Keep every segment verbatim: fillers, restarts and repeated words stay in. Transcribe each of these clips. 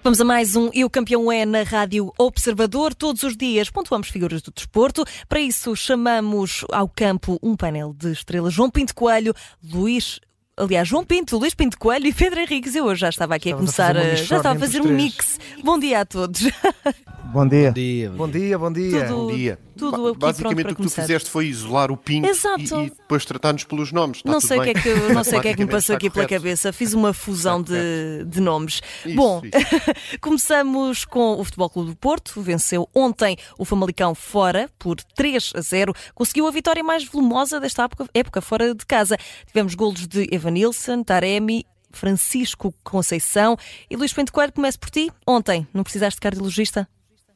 Vamos a mais um E o Campeão é na Rádio Observador. Todos os dias pontuamos figuras do desporto. Para isso chamamos ao campo um painel de estrelas. João Pinto Coelho, Luís... Aliás, João Pinto, Luís Pinto Coelho e Pedro Henriques. Eu hoje já estava aqui Estavas a começar, a a... já estava a fazer um mix. Bom dia a todos. Bom dia. Bom dia, bom dia. Bom dia. Tudo, Bom dia. tudo aqui Basicamente pronto para o que tu começar. fizeste foi isolar o Pinto Exato. e, e depois tratar-nos pelos nomes. Está Não tudo sei o que, bem. é que, eu- não sei o que é que me passou Matematicamente aqui está pela correto. cabeça. Fiz uma fusão Está de, de nomes. Isso, Bom, isso. começamos com o Futebol Clube do Porto. Venceu ontem o Famalicão fora por três a zero. Conseguiu a vitória mais volumosa desta época, época fora de casa. Tivemos golos de Evanilson, Taremi, Francisco Conceição e Luís Pinto Coelho. Começo por ti. Ontem, não precisaste de cardiologista?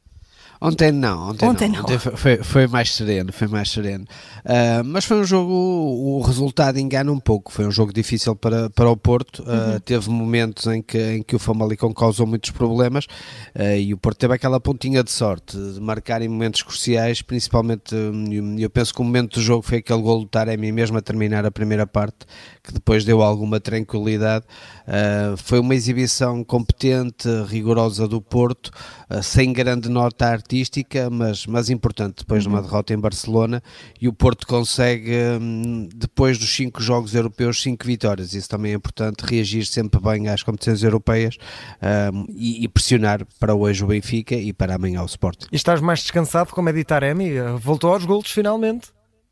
Ontem não, ontem, Ontem não. não. Ontem foi, foi mais sereno, foi mais sereno. Uh, mas foi um jogo, o resultado engana um pouco, foi um jogo difícil para, para o Porto, uh, Uhum. teve momentos em que, em que o Famalicão causou muitos problemas uh, e o Porto teve aquela pontinha de sorte de marcar em momentos cruciais, principalmente, uh, eu penso que o momento do jogo foi aquele gol do Taremi mesmo a terminar a primeira parte, que depois deu alguma tranquilidade. Uh, foi uma exibição competente, rigorosa do Porto, uh, sem grande nota artística, mas, mas importante depois de uma derrota em Barcelona, e o Porto consegue, um, depois dos cinco jogos europeus, cinco vitórias. Isso também é importante, reagir sempre bem às competições europeias, um, e, e pressionar para hoje o Benfica e para amanhã o Sporting. E estás mais descansado, como é de Taremi? Voltou aos golos finalmente.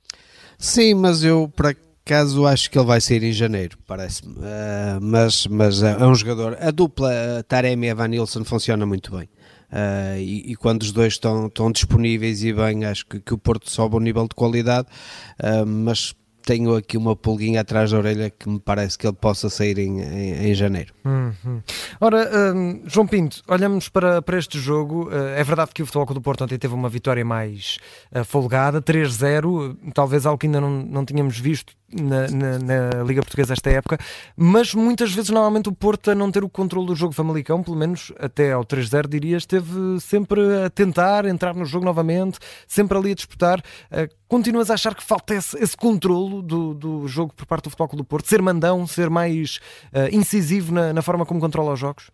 Sim, mas eu para caso acho que ele vai sair em janeiro, parece-me. Uh, mas, mas é um jogador. A dupla uh, Taremi e Evanilson funciona muito bem. Uh, e, e quando os dois estão, estão disponíveis e bem, acho que, que o Porto sobe o nível de qualidade. Uh, mas tenho aqui uma pulguinha atrás da orelha que me parece que ele possa sair em, em, em janeiro. Uhum. Ora, hum, João Pinto, olhamos para, para este jogo. Uh, é verdade que o Futebol Clube do Porto ontem teve uma vitória mais uh, folgada, três zero, talvez algo que ainda não, não tínhamos visto na, na, na Liga Portuguesa esta época, mas muitas vezes normalmente o Porto, a não ter o controle do jogo Famalicão, pelo menos até ao três zero diria, esteve sempre a tentar entrar no jogo novamente, sempre ali a disputar. Uh, continuas a achar que falta esse, esse controlo do, do jogo por parte do Futebol Clube do Porto, ser mandão, ser mais uh, incisivo na, na forma como controla os jogos?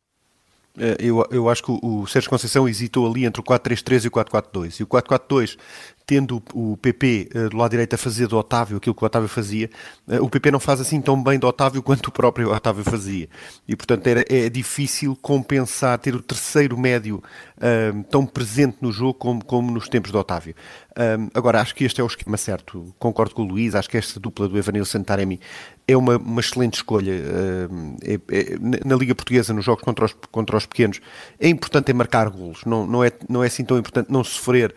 Eu, eu acho que o Sérgio Conceição hesitou ali entre o quatro três três e o quatro quatro dois. E o quatro quatro dois, tendo o P P uh, do lado direito a fazer do Otávio aquilo que o Otávio fazia, uh, o P P não faz assim tão bem do Otávio quanto o próprio Otávio fazia. E, portanto, era, é difícil compensar, ter o terceiro médio uh, tão presente no jogo como, como nos tempos do Otávio. Um, agora, acho que este é o esquema certo. Concordo com o Luís, acho que esta dupla do Evanilson Taremi é uma, uma excelente escolha. Um, é, é, na Liga Portuguesa, nos jogos contra os, contra os pequenos, é importante é marcar golos, não, não, é, não é assim tão importante não sofrer.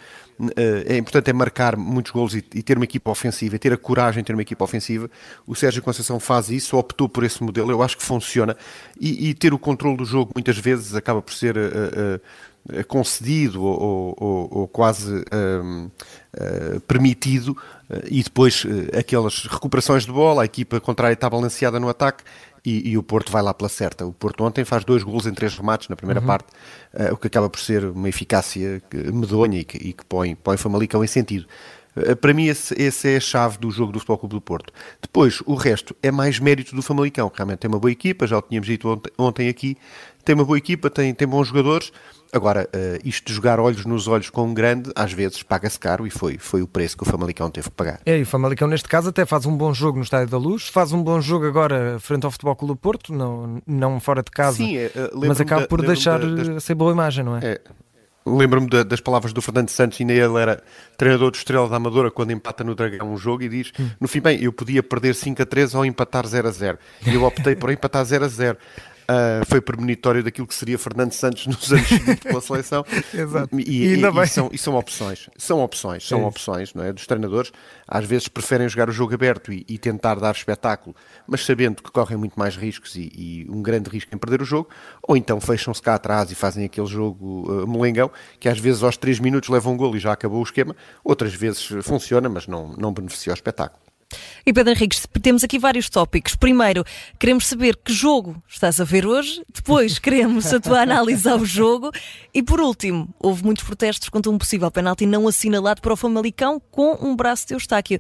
É importante é marcar muitos golos e, e ter uma equipa ofensiva, e ter a coragem de ter uma equipa ofensiva. O Sérgio Conceição faz isso, optou por esse modelo, eu acho que funciona, e, e ter o controle do jogo muitas vezes acaba por ser uh, uh, concedido ou, ou, ou quase uh, uh, permitido, uh, e depois uh, aquelas recuperações de bola, a equipa contrária está balanceada no ataque, E, e o Porto vai lá pela certa. O Porto ontem faz dois golos em três remates na primeira uhum. parte, uh, o que acaba por ser uma eficácia medonha e que, e que põe, põe Famalicão em sentido. Uh, para mim esse, esse é a chave do jogo do Futebol Clube do Porto. Depois, o resto é mais mérito do Famalicão. Realmente tem uma boa equipa, já o tínhamos dito ontem, ontem aqui, tem uma boa equipa, tem, tem bons jogadores. Agora, uh, isto de jogar olhos nos olhos com um grande, às vezes paga-se caro, e foi, foi o preço que o Famalicão teve que pagar. É, e o Famalicão neste caso até faz um bom jogo no Estádio da Luz, faz um bom jogo agora frente ao Futebol Clube do Porto, não, não fora de casa. Sim, é, uh, mas acaba da, por deixar da, das... ser boa imagem, não é? é. Lembro-me da, das palavras do Fernando Santos, ainda ele era treinador do Estrela da Amadora quando empata no Dragão um jogo e diz, hum. no fim, bem, eu podia perder cinco a três ou empatar zero a zero, e eu optei por empatar zero a zero. Uh, foi premonitório daquilo que seria Fernando Santos nos anos seguintes pela seleção. Exato. E, e, ainda e, bem. E, são, e são opções, são opções, são é opções, não é? Dos treinadores, às vezes preferem jogar o jogo aberto e, e tentar dar espetáculo, mas sabendo que correm muito mais riscos e, e um grande risco em perder o jogo, ou então fecham-se cá atrás e fazem aquele jogo uh, molengão, que às vezes aos três minutos levam um golo e já acabou o esquema, outras vezes funciona, mas não, não beneficia o espetáculo. E Pedro Henriques, temos aqui vários tópicos. Primeiro, queremos saber que jogo estás a ver hoje. Depois, queremos a tua análise ao jogo. E por último, houve muitos protestos contra um possível penalti não assinalado para o Famalicão com um braço de Eustáquio.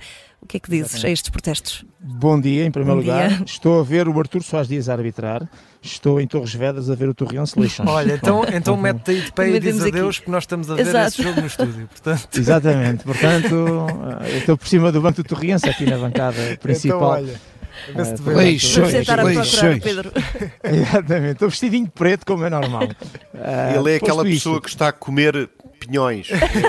O que é que dizes Exatamente. a estes protestos? Bom dia, em primeiro Bom lugar. dia. Estou a ver o Artur Soares Dias a arbitrar. Estou em Torres Vedras a ver o Torriense Leixões. Olha, então, então mete aí de pé e Também diz temos aqui. adeus, porque nós estamos a ver Exato. esse jogo no estúdio. Portanto, Exatamente. Portanto, eu estou por cima do banco do Torriense, aqui na bancada principal. então olha, a ver se te vê. Leixões. Vamos tentar a Leixões. procurar o Pedro. Exatamente. Estou vestidinho de preto, como é normal. Ah, Ele é posto aquela isto- pessoa que está a comer pinhões.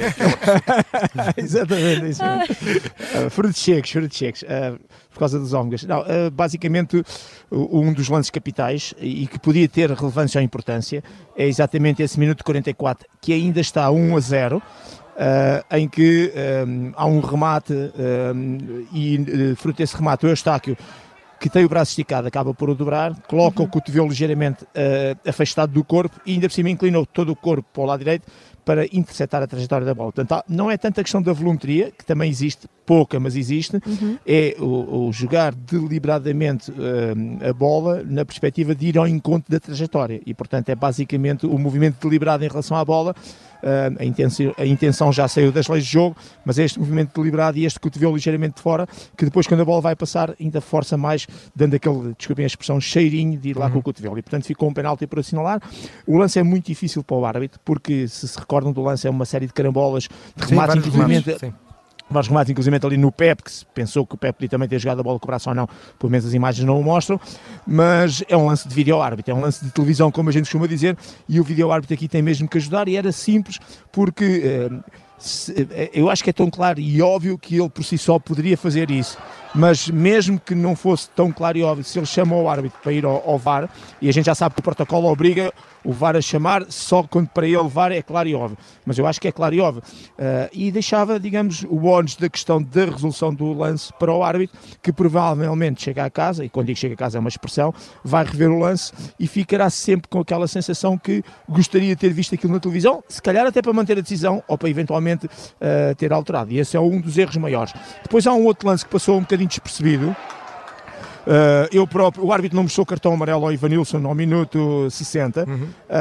Exatamente, isso mesmo. Uh, frutos secos, frutos secos, uh, por causa dos ômegas. Não, uh, basicamente, uh, um dos lances capitais e que podia ter relevância ou importância é exatamente esse minuto quarenta e quatro, que ainda está um a zero. Uh, em que um, há um remate um, e uh, fruto desse remate o Eustáquio, que tem o braço esticado, acaba por o dobrar, coloca Uhum. o cotovelo ligeiramente uh, afastado do corpo e ainda por cima inclinou todo o corpo para o lado direito para interceptar a trajetória da bola. Portanto, há- não é tanto a questão da volumetria, que também existe, pouca, mas existe, Uhum. é o, o jogar deliberadamente uh, a bola na perspectiva de ir ao encontro da trajetória. E, portanto, é basicamente o movimento deliberado em relação à bola. Uh, a, intenção, a intenção já saiu das leis de jogo, mas é este movimento deliberado e este cotovelo ligeiramente de fora, que depois, quando a bola vai passar, ainda força mais, dando aquele, desculpem a expressão, cheirinho de ir lá com o cotovelo. E, portanto, ficou um penalti por assinalar. O lance é muito difícil para o árbitro, porque, se se recordam do lance, é uma série de carambolas, de Sim, remates, vários inclusive, remates, sim. vários remates, inclusive ali no Pep, que se pensou que o Pep podia também ter jogado a bola com o braço ou não, pelo menos as imagens não o mostram, mas é um lance de vídeo-árbitro, é um lance de televisão, como a gente costuma dizer, e o vídeo-árbitro aqui tem mesmo que ajudar, e era simples, porque eh, se- eh, eu acho que é tão claro e óbvio que ele por si só poderia fazer isso, mas mesmo que não fosse tão claro e óbvio, se ele chama o árbitro para ir ao, ao V A R, e a gente já sabe que o protocolo obriga o V A R a chamar, só quando para ele V A R é claro e óbvio, mas eu acho que é claro e óbvio. Uh, e deixava, digamos, o ónus da questão da resolução do lance para o árbitro, que provavelmente chega a casa, e quando digo chega a casa é uma expressão, vai rever o lance e ficará sempre com aquela sensação que gostaria de ter visto aquilo na televisão, se calhar até para manter a decisão ou para eventualmente uh, ter alterado. E esse é um dos erros maiores. Depois há um outro lance que passou um bocadinho despercebido. Uh, eu próprio, o árbitro não mostrou cartão amarelo ao Ivanilson ao minuto sessenta. Uhum.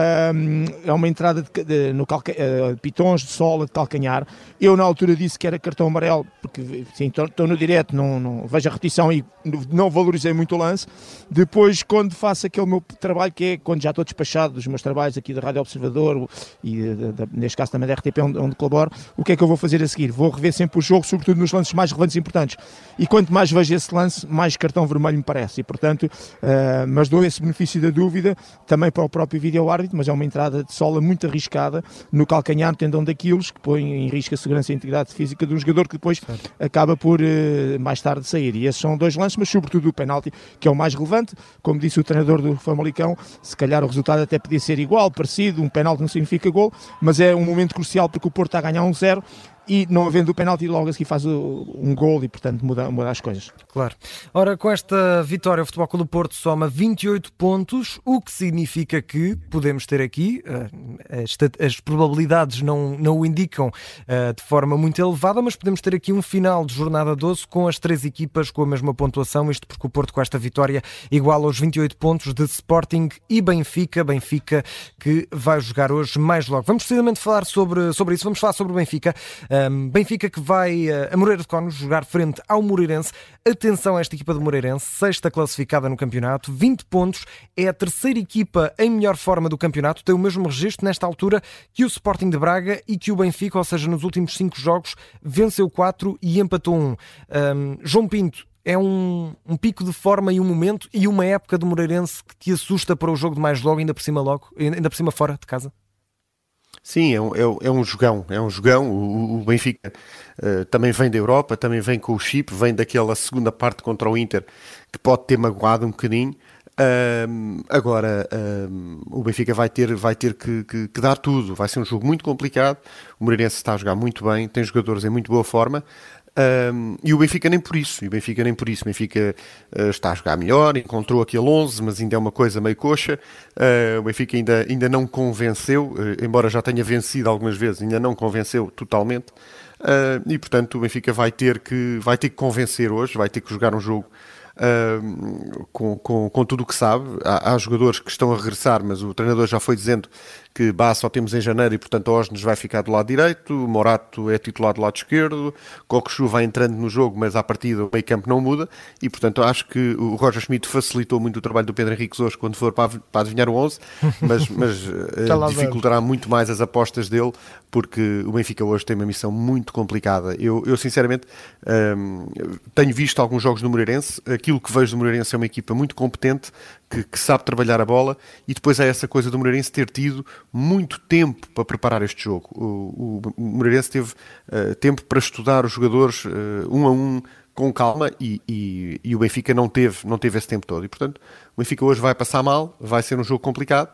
Uh, é uma entrada de, de, no calca, uh, pitons de sola, de calcanhar. Eu na altura disse que era cartão amarelo, porque estou no direto, não, não vejo a repetição e não valorizei muito o lance. Depois, quando faço aquele meu trabalho, que é quando já estou despachado dos meus trabalhos aqui da Rádio Observador e de, de, de, neste caso também da R T P, onde, onde colaboro, o que é que eu vou fazer a seguir? Vou rever sempre o jogo, sobretudo nos lances mais relevantes e importantes. E quanto mais vejo esse lance, mais cartão vermelho me parece. E portanto, uh, mas dou esse benefício da dúvida também para o próprio vídeo-árbitro, mas é uma entrada de sola muito arriscada no calcanhar, no tendão daqueles, que põe em risco a segurança e a integridade física de um jogador que depois certo. acaba por uh, mais tarde sair. E esses são dois lances, mas sobretudo o penalti, que é o mais relevante. Como disse o treinador do Famalicão, se calhar o resultado até podia ser igual, parecido, um penalti não significa gol, mas é um momento crucial porque o Porto está a ganhar um zero e não havendo o penalti logo a seguir faz um gol e portanto muda, muda as coisas. Claro. Ora, com esta vitória o Futebol Clube do Porto soma vinte e oito pontos, o que significa que podemos ter aqui, as, as probabilidades não, não o indicam de forma muito elevada, mas podemos ter aqui um final de jornada doze com as três equipas com a mesma pontuação, isto porque o Porto com esta vitória iguala aos vinte e oito pontos de Sporting e Benfica, Benfica que vai jogar hoje mais logo. Vamos precisamente falar sobre, sobre isso, vamos falar sobre o Benfica. Um, Benfica que vai uh, a Moreira de Cónegos jogar frente ao Moreirense. Atenção a esta equipa do Moreirense, sexta classificada no campeonato, vinte pontos, é a terceira equipa em melhor forma do campeonato, tem o mesmo registro nesta altura que o Sporting de Braga e que o Benfica, ou seja, nos últimos cinco jogos venceu quatro e empatou um. um João Pinto, é um, um pico de forma e um momento e uma época do Moreirense que te assusta para o jogo de mais logo, ainda por cima logo, ainda por cima fora de casa? Sim, é um, é um jogão, é um jogão. O, o Benfica uh, também vem da Europa, também vem com o chip, vem daquela segunda parte contra o Inter que pode ter magoado um bocadinho. Um, agora um, o Benfica vai ter, vai ter que, que, que dar tudo, vai ser um jogo muito complicado. O Moreirense está a jogar muito bem, tem jogadores em muito boa forma. Um, e o Benfica nem por isso, e o Benfica nem por isso, o Benfica uh, está a jogar melhor, encontrou aquele onze, mas ainda é uma coisa meio coxa. Uh, o Benfica ainda, ainda não convenceu, uh, embora já tenha vencido algumas vezes, ainda não convenceu totalmente. Uh, e portanto o Benfica vai ter que, vai ter que convencer hoje, vai ter que jogar um jogo Uh, com, com, com tudo o que sabe. Há, há jogadores que estão a regressar, mas o treinador já foi dizendo que Bá só temos em janeiro e, portanto, Osnes vai ficar do lado direito, Morato é titular do lado esquerdo, Cockchu vai entrando no jogo, mas à partida o meio campo não muda e, portanto, acho que o Roger Schmidt facilitou muito o trabalho do Pedro Henriques hoje quando for para, para adivinhar o onze, mas, mas uh, dificultará muito mais as apostas dele, porque o Benfica hoje tem uma missão muito complicada. Eu, eu sinceramente, um, tenho visto alguns jogos do Moreirense, aquilo que vejo do Moreirense é uma equipa muito competente, que, que sabe trabalhar a bola, e depois é essa coisa do Moreirense ter tido muito tempo para preparar este jogo. O, o, o Moreirense teve uh, tempo para estudar os jogadores uh, um a um, com calma, e, e, e o Benfica não teve, não teve esse tempo todo. E, portanto, o Benfica hoje vai passar mal, vai ser um jogo complicado,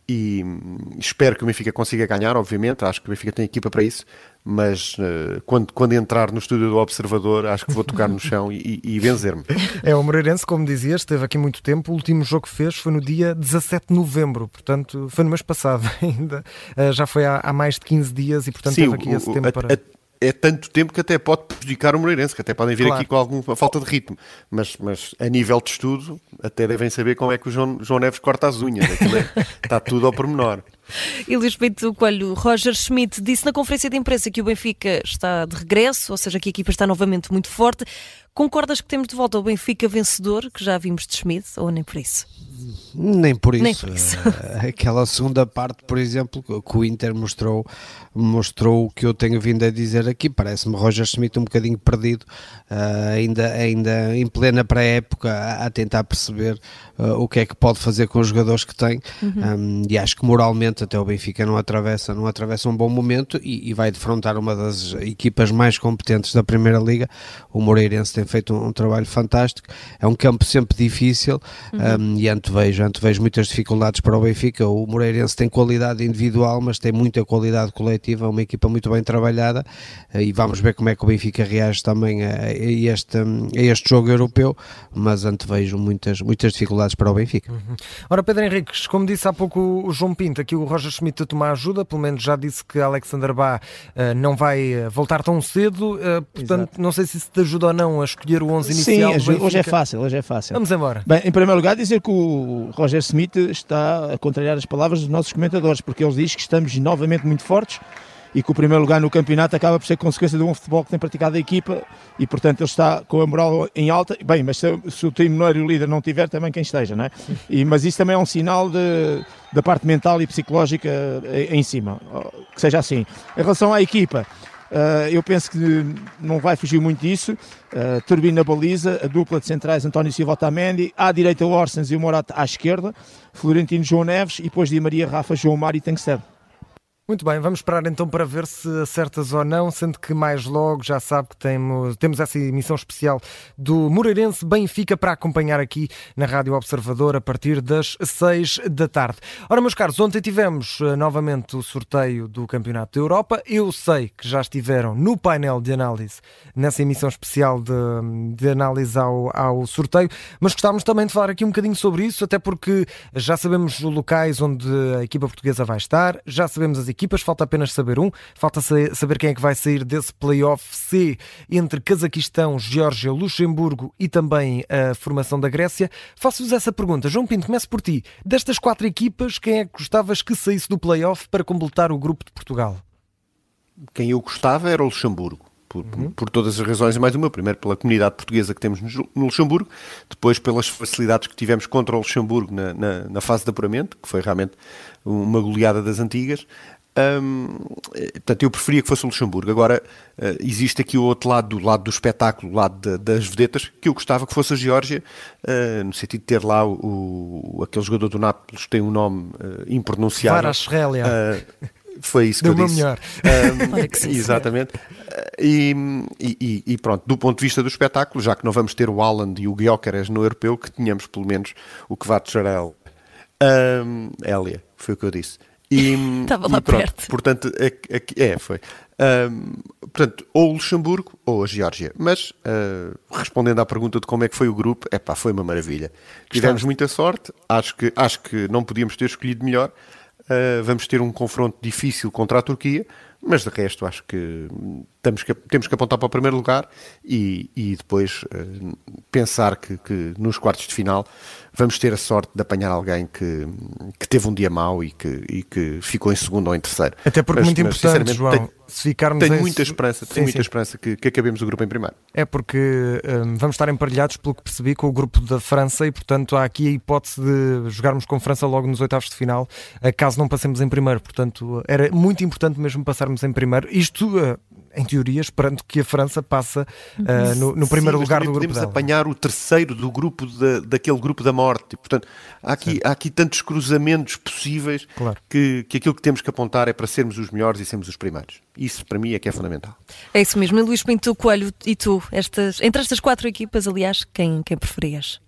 e espero que o Benfica consiga ganhar, obviamente, acho que o Benfica tem equipa para isso, mas uh, quando, quando entrar no estúdio do Observador, acho que vou tocar no chão e, e, e vencer-me. É, o Moreirense, como dizias, esteve aqui muito tempo, o último jogo que fez foi no dia dezassete de novembro, portanto, foi no mês passado ainda, uh, já foi há, há mais de quinze dias e, portanto, Sim, teve aqui o, esse o, tempo a, para... A, é tanto tempo que até pode prejudicar o Moreirense, que até podem vir claro. aqui com alguma falta de ritmo, mas, mas a nível de estudo até devem saber como é que o João, João Neves corta as unhas. É, está tudo ao pormenor. E Luís Pinto Coelho, Roger Schmidt disse na conferência de imprensa que o Benfica está de regresso, ou seja, que a equipa está novamente muito forte. Concordas que temos de volta o Benfica vencedor, que já vimos de Schmidt, ou nem por isso? Nem por isso. Nem por isso. Aquela segunda parte, por exemplo, que o Inter mostrou, mostrou o que eu tenho vindo a dizer aqui. Parece-me Roger Schmidt um bocadinho perdido, uh, ainda, ainda em plena pré-época, a, a tentar perceber uh, o que é que pode fazer com os jogadores que tem. Uhum. Um, e acho que moralmente até o Benfica não atravessa, não atravessa um bom momento e, e vai defrontar uma das equipas mais competentes da Primeira Liga. O Moreirense tem feito um, um trabalho fantástico. É um campo sempre difícil, uhum. um, e antevejo, antevejo muitas dificuldades para o Benfica. O Moreirense tem qualidade individual, mas tem muita qualidade coletiva, uma equipa muito bem trabalhada, e vamos ver como é que o Benfica reage também a, a, este, a este jogo europeu, mas antevejo muitas, muitas dificuldades para o Benfica. Uhum. Ora, Pedro Henriques, como disse há pouco o João Pinto, aqui o Roger Schmidt a tomar ajuda, pelo menos já disse que Alexander Bá uh, não vai voltar tão cedo, uh, portanto, exato. Não sei se isso te ajuda ou não a escolher o onze inicial. Sim, hoje é fácil, hoje é fácil. Vamos embora. Bem, em primeiro lugar, dizer que o Roger Schmidt está a contrariar as palavras dos nossos comentadores, porque ele diz que estamos novamente muito fortes e que o primeiro lugar no campeonato acaba por ser consequência de um futebol que tem praticado a equipa e, portanto, ele está com a moral em alta. Bem, mas se, se o time e o líder não tiver, também quem esteja, não é? E, mas isso também é um sinal de, da parte mental e psicológica em cima, que seja assim. Em relação à equipa, Uh, eu penso que não vai fugir muito disso. Uh, Turbina baliza, a dupla de centrais António Silva Otamendi, à direita o Orsens e o Morato à esquerda, Florentino João Neves e depois Di Maria, Rafa, João Mário e Tancstead. Muito bem, vamos esperar então para ver se acertas ou não, sendo que mais logo já sabe que temos, temos essa emissão especial do Moreirense Benfica para acompanhar aqui na Rádio Observador a partir das seis da tarde. Ora, meus caros, ontem tivemos uh, novamente o sorteio do Campeonato da Europa. Eu sei que já estiveram no painel de análise, nessa emissão especial de, de análise ao, ao sorteio, mas gostávamos também de falar aqui um bocadinho sobre isso, até porque já sabemos os locais onde a equipa portuguesa vai estar, já sabemos as equipas equipas, falta apenas saber um, falta saber quem é que vai sair desse play-off C entre Cazaquistão, Geórgia, Luxemburgo e também a formação da Grécia. Faço-vos essa pergunta, João Pinto, começo por ti. Destas quatro equipas, quem é que gostavas que saísse do play-off para completar o grupo de Portugal? Quem eu gostava era o Luxemburgo. Por, uhum. por todas as razões e mais uma. Primeiro pela comunidade portuguesa que temos no Luxemburgo, depois pelas facilidades que tivemos contra o Luxemburgo na, na, na fase de apuramento, que foi realmente uma goleada das antigas. Hum, portanto, eu preferia que fosse o Luxemburgo. Agora, uh, existe aqui o outro lado, do lado do espetáculo, o lado de, das vedetas, que eu gostava que fosse a Geórgia, uh, no sentido de ter lá o, o, aquele jogador do Nápoles que tem um nome uh, impronunciável. Kvaratskhelia. Uh, Foi isso que Deu eu disse. Melhor. Um, sim, exatamente. E, e, e pronto, do ponto de vista do espetáculo, já que não vamos ter o Haaland e o Gyökeres no europeu, que tínhamos pelo menos o Kvaratskhelia. Um, Hélia, foi o que eu disse. E, Estava lá e pronto, perto. Portanto, é, é, é foi. Um, portanto, ou o Luxemburgo ou a Geórgia. Mas, uh, respondendo à pergunta de como é que foi o grupo, epá, foi uma maravilha. Tivemos muita sorte, acho que, acho que não podíamos ter escolhido melhor. Uh, vamos ter um confronto difícil contra a Turquia, mas de resto acho que temos que, temos que apontar para o primeiro lugar e, e depois uh, pensar que, que nos quartos de final vamos ter a sorte de apanhar alguém que, que teve um dia mau e que, e que ficou em segundo ou em terceiro. Até porque mas, muito mas, importante, João, tenho, se ficarmos tenho em... muita esperança, tenho sim, muita sim. esperança que, que acabemos o grupo em primeiro. É porque um, vamos estar emparelhados, pelo que percebi, com o grupo da França e, portanto, há aqui a hipótese de jogarmos com a França logo nos oitavos de final, caso não passemos em primeiro. Portanto, era muito importante mesmo passarmos em primeiro. Isto, uh, em teoria, esperando que a França passe uh, no, no primeiro Sim, lugar do grupo podemos dela. apanhar o terceiro do grupo da, daquele grupo da morte. E, portanto, há aqui, há aqui tantos cruzamentos possíveis, claro, que, que aquilo que temos que apontar é para sermos os melhores e sermos os primeiros. Isso, para mim, é que é fundamental. É isso mesmo. E Luís Pinto Coelho, e tu, estas, entre estas quatro equipas, aliás, quem, quem preferias?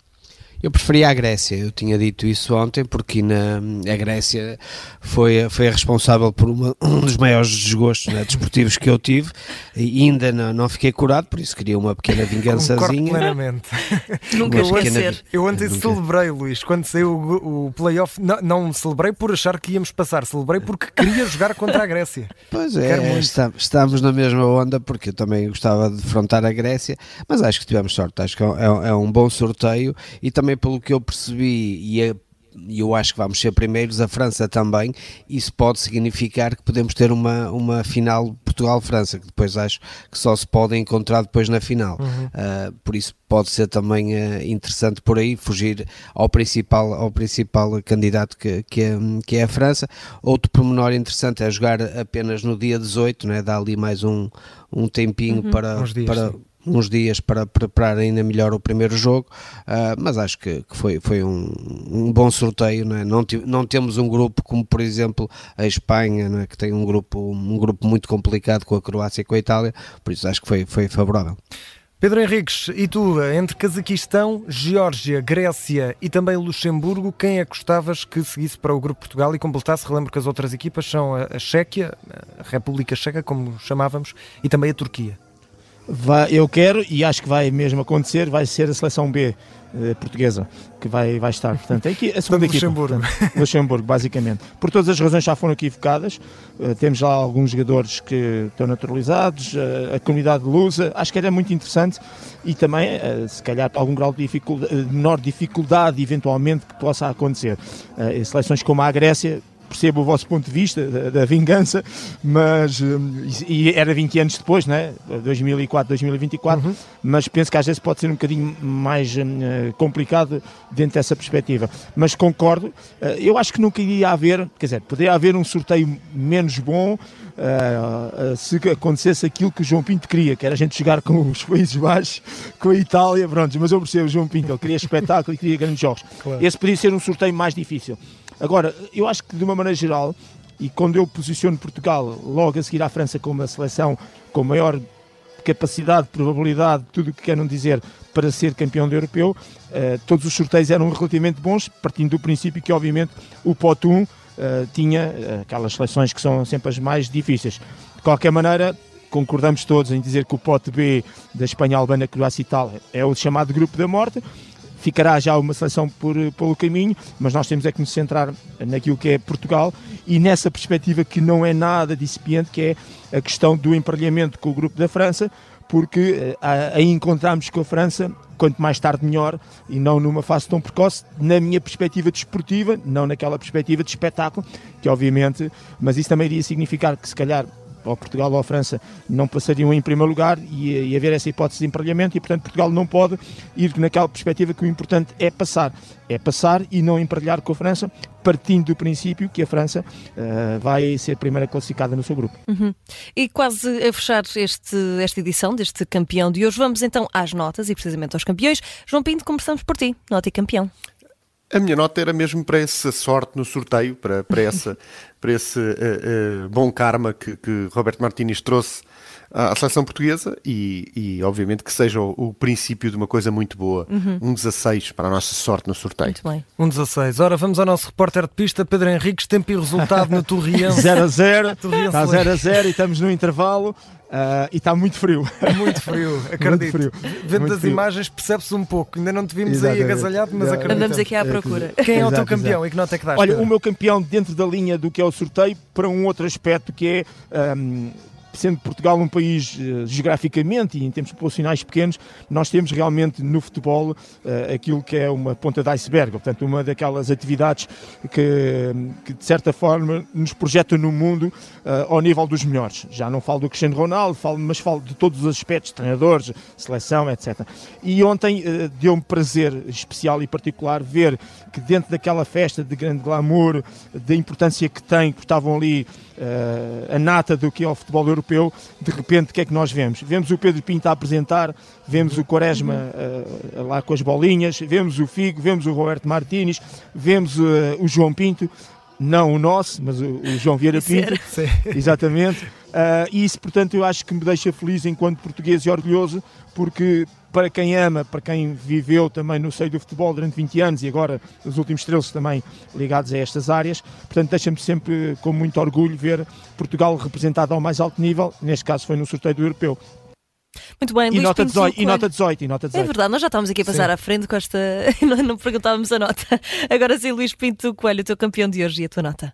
Eu preferia a Grécia, eu tinha dito isso ontem, porque na, a Grécia foi, foi a responsável por uma, um dos maiores desgostos, né, desportivos que eu tive, e ainda não, não fiquei curado, por isso queria uma pequena vingançazinha. Concordo plenamente. Nunca eu esquecer. Eu ontem Nunca. celebrei, Luís, quando saiu o, o play-off, não, não celebrei por achar que íamos passar, celebrei porque queria jogar contra a Grécia. Pois é, está, estamos na mesma onda, porque eu também gostava de defrontar a Grécia, mas acho que tivemos sorte, acho que é, é, é um bom sorteio, e também pelo que eu percebi, e é, eu acho que vamos ser primeiros, a França também, isso pode significar que podemos ter uma, uma final Portugal-França, que depois acho que só se pode encontrar depois na final. Uhum. Uh, por isso pode ser também uh, interessante por aí, fugir ao principal, ao principal candidato que, que, é, que é a França. Outro pormenor interessante é jogar apenas no dia dezoito, né? Dá ali mais um, um tempinho uhum. para... Uns dias, para uns dias para preparar ainda melhor o primeiro jogo, uh, mas acho que, que foi, foi um, um bom sorteio, não é? Não, não temos um grupo como, por exemplo, a Espanha, não é? Que tem um grupo, um grupo muito complicado com a Croácia e com a Itália, por isso acho que foi, foi favorável. Pedro Henriques, e tu, entre Cazaquistão, Geórgia, Grécia e também Luxemburgo, quem é que gostavas que seguisse para o grupo Portugal e completasse? Relembro que as outras equipas são a Chequia, a República Checa, como chamávamos, e também a Turquia. Vai, eu quero, e acho que vai mesmo acontecer, vai ser a seleção B eh, portuguesa que vai, vai estar. Portanto, é aqui a segunda equipa. Luxemburgo. Portanto, Luxemburgo, basicamente. Por todas as razões já foram aqui evocadas. Uh, temos lá alguns jogadores que estão naturalizados, uh, a comunidade lusa, acho que era muito interessante e também, uh, se calhar, algum grau de dificuldade, uh, menor dificuldade, eventualmente, que possa acontecer. Uh, em seleções como a Grécia, percebo o vosso ponto de vista da, da vingança, mas um, e, e era vinte anos depois, né? dois mil e quatro, dois mil e vinte e quatro, uhum. Mas penso que às vezes pode ser um bocadinho mais uh, complicado dentro dessa perspectiva. Mas concordo, uh, eu acho que nunca iria haver, quer dizer, poderia haver um sorteio menos bom uh, uh, se acontecesse aquilo que o João Pinto queria, que era a gente jogar com os Países Baixos, com a Itália, pronto, mas eu percebo o João Pinto, ele queria espetáculo e queria grandes jogos. Claro. Esse podia ser um sorteio mais difícil. Agora, eu acho que de uma maneira geral, e quando eu posiciono Portugal logo a seguir à França como a seleção com maior capacidade, probabilidade, tudo o que queiram dizer para ser campeão do europeu, eh, todos os sorteios eram relativamente bons, partindo do princípio que obviamente o pote um eh, tinha aquelas seleções que são sempre as mais difíceis. De qualquer maneira, concordamos todos em dizer que o pote B da Espanha, Albânia, Croácia e Itália é o chamado grupo da morte. Ficará já uma seleção por, pelo caminho, mas nós temos é que nos centrar naquilo que é Portugal e nessa perspectiva que não é nada dincipiente, que é a questão do emparelhamento com o grupo da França, porque aí encontramos com a França, quanto mais tarde melhor, e não numa fase tão precoce, na minha perspectiva desportiva, não naquela perspectiva de espetáculo, que obviamente, mas isso também iria significar que se calhar ou Portugal ou a França não passariam em primeiro lugar e, e haver essa hipótese de emparelhamento e, portanto, Portugal não pode ir naquela perspectiva que o importante é passar. É passar e não emparelhar com a França, partindo do princípio que a França uh, vai ser a primeira classificada no seu grupo. Uhum. E quase a fechar este, esta edição deste campeão de hoje, vamos então às notas e precisamente aos campeões. João Pinto, começamos por ti. Nota e campeão. A minha nota era mesmo para essa sorte no sorteio, para, para, essa, para esse uh, uh, bom karma que, que Roberto Martínez trouxe à seleção portuguesa e, e obviamente que seja o, o princípio de uma coisa muito boa. Uhum. Um dezasseis para a nossa sorte no sorteio. Muito bem. Um dezasseis. Ora, vamos ao nosso repórter de pista, Pedro Henriques, tempo e resultado na Torriense. zero a zero, está zero a zero e estamos no intervalo. Uh, e está muito frio. Muito frio, acredito. Muito frio. Vendo muito as frio. imagens percebe-se um pouco. Ainda não te vimos Exatamente. aí agasalhado, mas acredito. Andamos aqui à procura. Quem é Exato, o teu campeão exato. e que nota é que dás? Olha, Pedro? o meu campeão dentro da linha do que é o sorteio para um outro aspecto que é um, sendo Portugal um país uh, geograficamente e em termos populacionais pequenos, nós temos realmente no futebol uh, aquilo que é uma ponta de iceberg, portanto uma daquelas atividades que, que de certa forma nos projeta no mundo uh, ao nível dos melhores. Já não falo do Cristiano Ronaldo, falo, mas falo de todos os aspectos, treinadores, seleção, etcétera. E ontem uh, deu-me prazer especial e particular ver que dentro daquela festa de grande glamour, da importância que tem, que estavam ali uh, a nata do que é o futebol europeu, de repente o que é que nós vemos? Vemos o Pedro Pinto a apresentar, vemos o Quaresma uh, lá com as bolinhas, vemos o Figo, vemos o Roberto Martínez, vemos uh, o João Pinto, não o nosso, mas o, o João Vieira Pinto, exatamente, uh, e isso portanto eu acho que me deixa feliz enquanto português e orgulhoso, porque para quem ama, para quem viveu também no seio do futebol durante vinte anos e agora os últimos treze também ligados a estas áreas, portanto deixa-me sempre com muito orgulho ver Portugal representado ao mais alto nível, neste caso foi no sorteio do Europeu. Muito bem, E Luís nota, Pinto dezoito, e Coelho. nota dezoito, e nota dezoito. É verdade, nós já estávamos aqui a passar Sim. à frente com esta. não, não perguntávamos a nota. Agora sim, Luís Pinto Coelho, o teu campeão de hoje e a tua nota.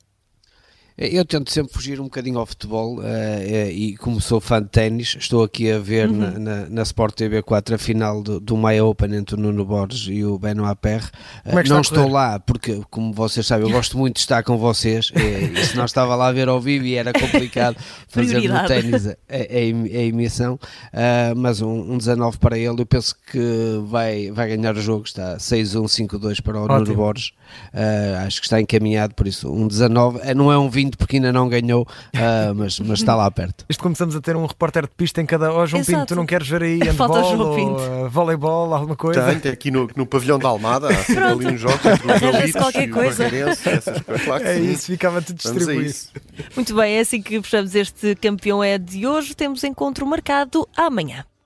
Eu tento sempre fugir um bocadinho ao futebol uh, uh, e como sou fã de ténis, estou aqui a ver uhum. na, na, na Sport T V quatro a final do, do My Open entre o Nuno Borges e o Benoit Paire. Uh, é não estou lá porque, como vocês sabem, eu gosto muito de estar com vocês e, e se não estava lá a ver ao vivo e era complicado fazer no ténis a, a, a emissão, uh, mas um, um dezanove para ele, eu penso que vai, vai ganhar o jogo, está seis um, cinco dois para o Ótimo. Nuno Borges, uh, acho que está encaminhado, por isso um dezanove, não é um vinte porque ainda não ganhou, uh, mas, mas está lá perto. Isto começamos a ter um repórter de pista em cada. Ó, oh, João Exato. Pinto, tu não queres ver aí Falta o handball João ou Pinto. uh, voleibol, alguma coisa? Tem, aqui no, no pavilhão da Almada, há sempre ali uns jogos entre os Arranja-se Galitos qualquer e o coisa. Barreirense, essas coisas. Claro que É sim. isso, ficava tudo Vamos a distribuído. isso. Muito bem, é assim que fechamos este campeão é de hoje. Temos encontro marcado amanhã.